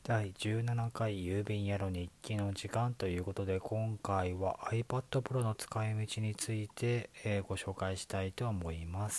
第17回郵便屋の日記の時間ということで、今回は iPad Pro の使い道について、ご紹介したいと思います。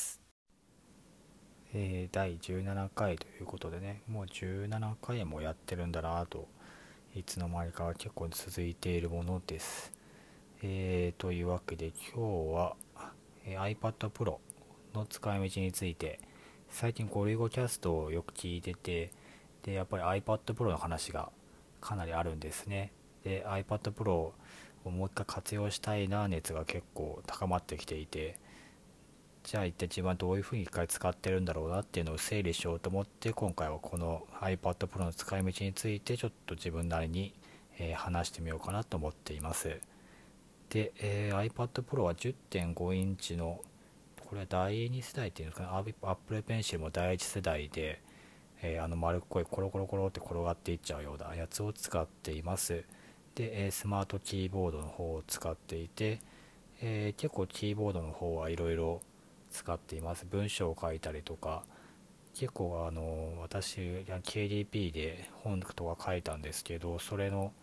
第17回ということでね、もう17回もやってるんだなと、いつの間にか結構続いているものです。というわけで今日は、iPad Pro の使い道について、最近ゴリゴキャストをよく聞いてて、でやっぱり iPad Pro の話がかなりあるんですね。で iPad Pro をもう一回活用したいな熱が結構高まってきていて、じゃあ一体自分はどういうふうに一回使ってるんだろうなっていうのを整理しようと思って、今回はこの iPad Pro の使い道についてちょっと自分なりに、話してみようかなと思っています。で、iPad Pro は10.5インチの、これは第2世代っていうんですかね、Apple Pencil も第1世代で、丸っこいコロコロコロって転がっていっちゃうようなやつを使っています。で、スマートキーボードの方を使っていて、結構キーボードの方はいろいろ使っています。文章を書いたりとか、結構私 KDP で本とか書いたんですけど、それの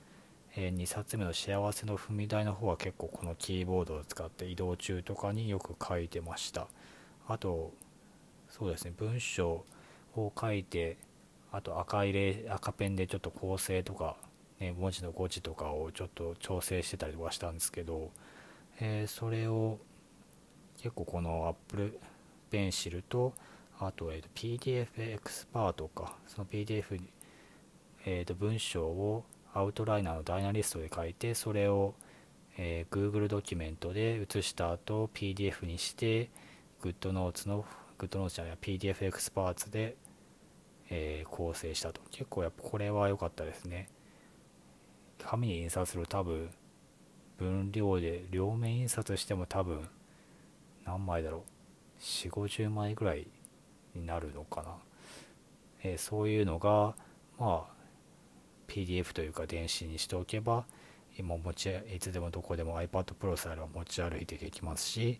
2冊目の幸せの踏み台の方は結構このキーボードを使って移動中とかによく書いてました。あとそうですね、文章を書いて、あと赤ペンでちょっと構成とか、ね、文字の誤字とかをちょっと調整してたりとかしたんですけど、それを結構この Apple Pencil と、あと、PDF エクスパートか、その PDF に、文章をアウトライナーのダイナリストで書いて、それを、Google ドキュメントで写した後 PDF にして、GoodNotes じゃない PDF エクスパーツで、構成したと。結構やっぱこれは良かったですね。紙に印刷すると多分分量で両面印刷しても多分何枚だろう、4 5 0枚ぐらいになるのかな。そういうのがまあ PDF というか電子にしておけば、今いつでもどこでも iPad Pro さえあれば持ち歩いてできますし、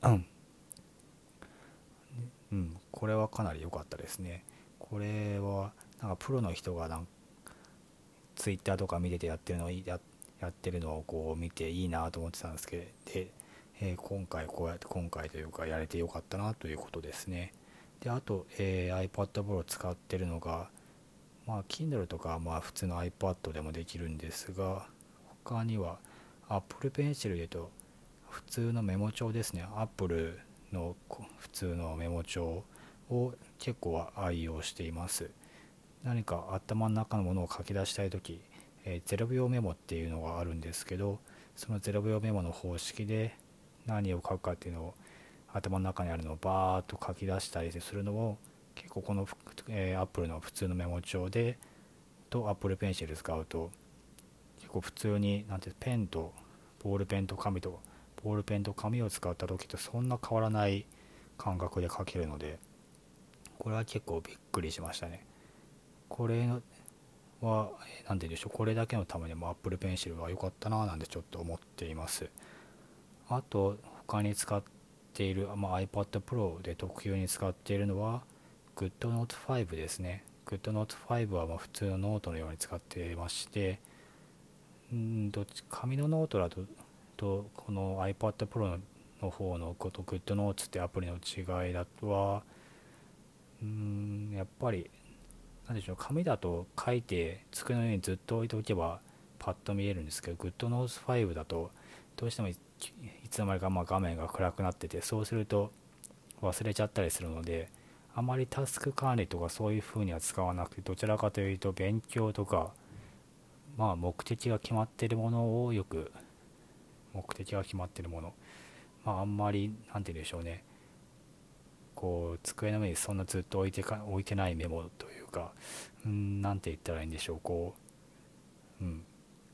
うん、これはかなり良かったですね。これはなんかプロの人がツイッターとか見ててやってるのをこう見ていいなと思ってたんですけど、で、今回というかやれてよかったなということですね。であと、iPad Pro 使ってるのが、まあ Kindle とかまあ普通の iPad でもできるんですが、他には Apple Pencil で言うと普通のメモ帳ですね。 Apple の普通のメモ帳を結構愛用しています。何か頭の中のものを書き出したいとき、0秒メモっていうのがあるんですけど、その0秒メモの方式で何を書くかっていうのを頭の中にあるのをバーっと書き出したりするのを、結構この、Apple の普通のメモ帳でと Apple Pencil 使うと、結構普通になんてペンとボールペンと紙とボールペンと紙を使った時とそんな変わらない感覚で書けるので、これは結構びっくりしましたね。これは何て言うんでしょう、これだけのためにも Apple Pencil は良かったななんてちょっと思っています。あと他に使っている、iPad Pro で特有に使っているのは GoodNote 5ですね。 GoodNote 5は普通のノートのように使っていまして、どっち紙のノートだとこの iPad Pro の方のこと GoodNotes ってアプリの違いだとは、やっぱりなんでしょう、紙だと書いて机の上にずっと置いておけばパッと見えるんですけど、 GoodNotes 5だとどうしてもいつの間にか画面が暗くなってて、そうすると忘れちゃったりするので、あまりタスク管理とかそういう風には使わなくて、どちらかというと勉強とか、目的が決まっているものをよく、目的が決まっているもの、あんまりなんて言うんでしょうね、こう机の上にそんなずっと置いてないメモというか、なんて言ったらいいんでしょう、う、うん、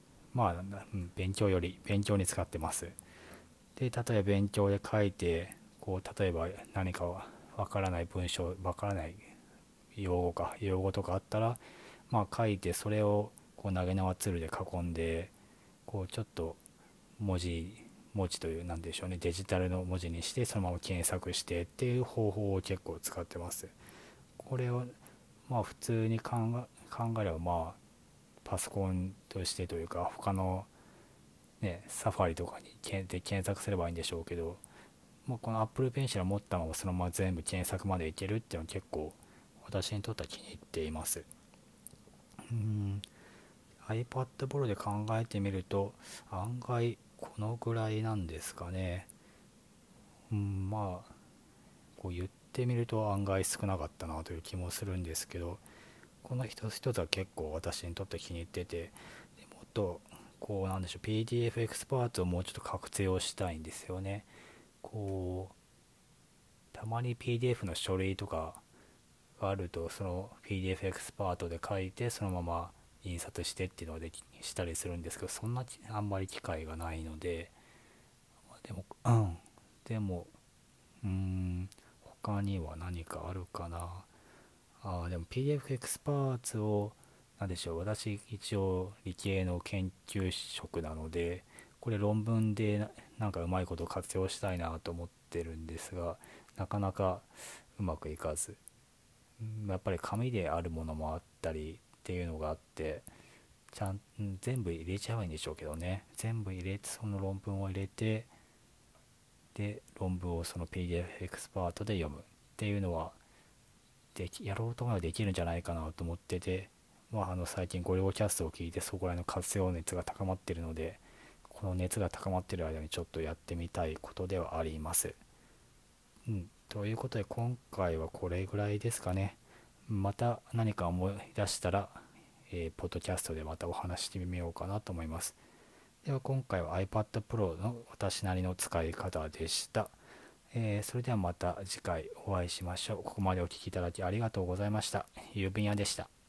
勉強に使ってます。で例えば勉強で書いて、例えば何かわからない文章、わからない用語とかあったら、書いて、それを投げ縄ツールで囲んで、ちょっと文字文字という、なんでしょうね、デジタルの文字にしてそのまま検索してっていう方法を結構使ってます。これを普通に考えれば、 パソコンとしてというか他のねサファリとかで検索すればいいんでしょうけど、まあ、この Apple Pencil を持ったままそのまま全部検索までいけるっていうのは結構私にとっては気に入っています。うん、iPad Pro で考えてみると案外このぐらいなんですかね。まあこう言ってみると案外少なかったなという気もするんですけど、この一つ一つは結構私にとって気に入ってて、でもっとこうなんでしょう、 PDF エクスパートをもうちょっと活用したいんですよね。こうたまに PDF の書類とかがあると、その PDF エクスパートで書いてそのまま印刷してっていうのをしたりするんですけど、そんなあんまり機会がないので、でもうーん他には何かあるかな。でも PDF エクスパーツを、なんでしょう、私一応理系の研究職なので、これ論文でなんかうまいこと活用したいなと思ってるんですが、なかなかうまくいかず、やっぱり紙であるものもあったりっていうのがあって、全部入れちゃえばいいんでしょうけどね。全部入れて、その論文を入れて、で論文をその PDF エクスパートで読むっていうのはやろうと思えばできるんじゃないかなと思ってて、最近ゴリゴキャストを聞いてそこら辺の活用熱が高まっているので、この熱が高まっている間にちょっとやってみたいことではあります。ということで今回はこれぐらいですかね。また何か思い出したら、ポッドキャストでまたお話してみようかなと思います。では今回は iPad Pro の私なりの使い方でした。それではまた次回お会いしましょう。ここまでお聴きいただきありがとうございました。郵便屋でした。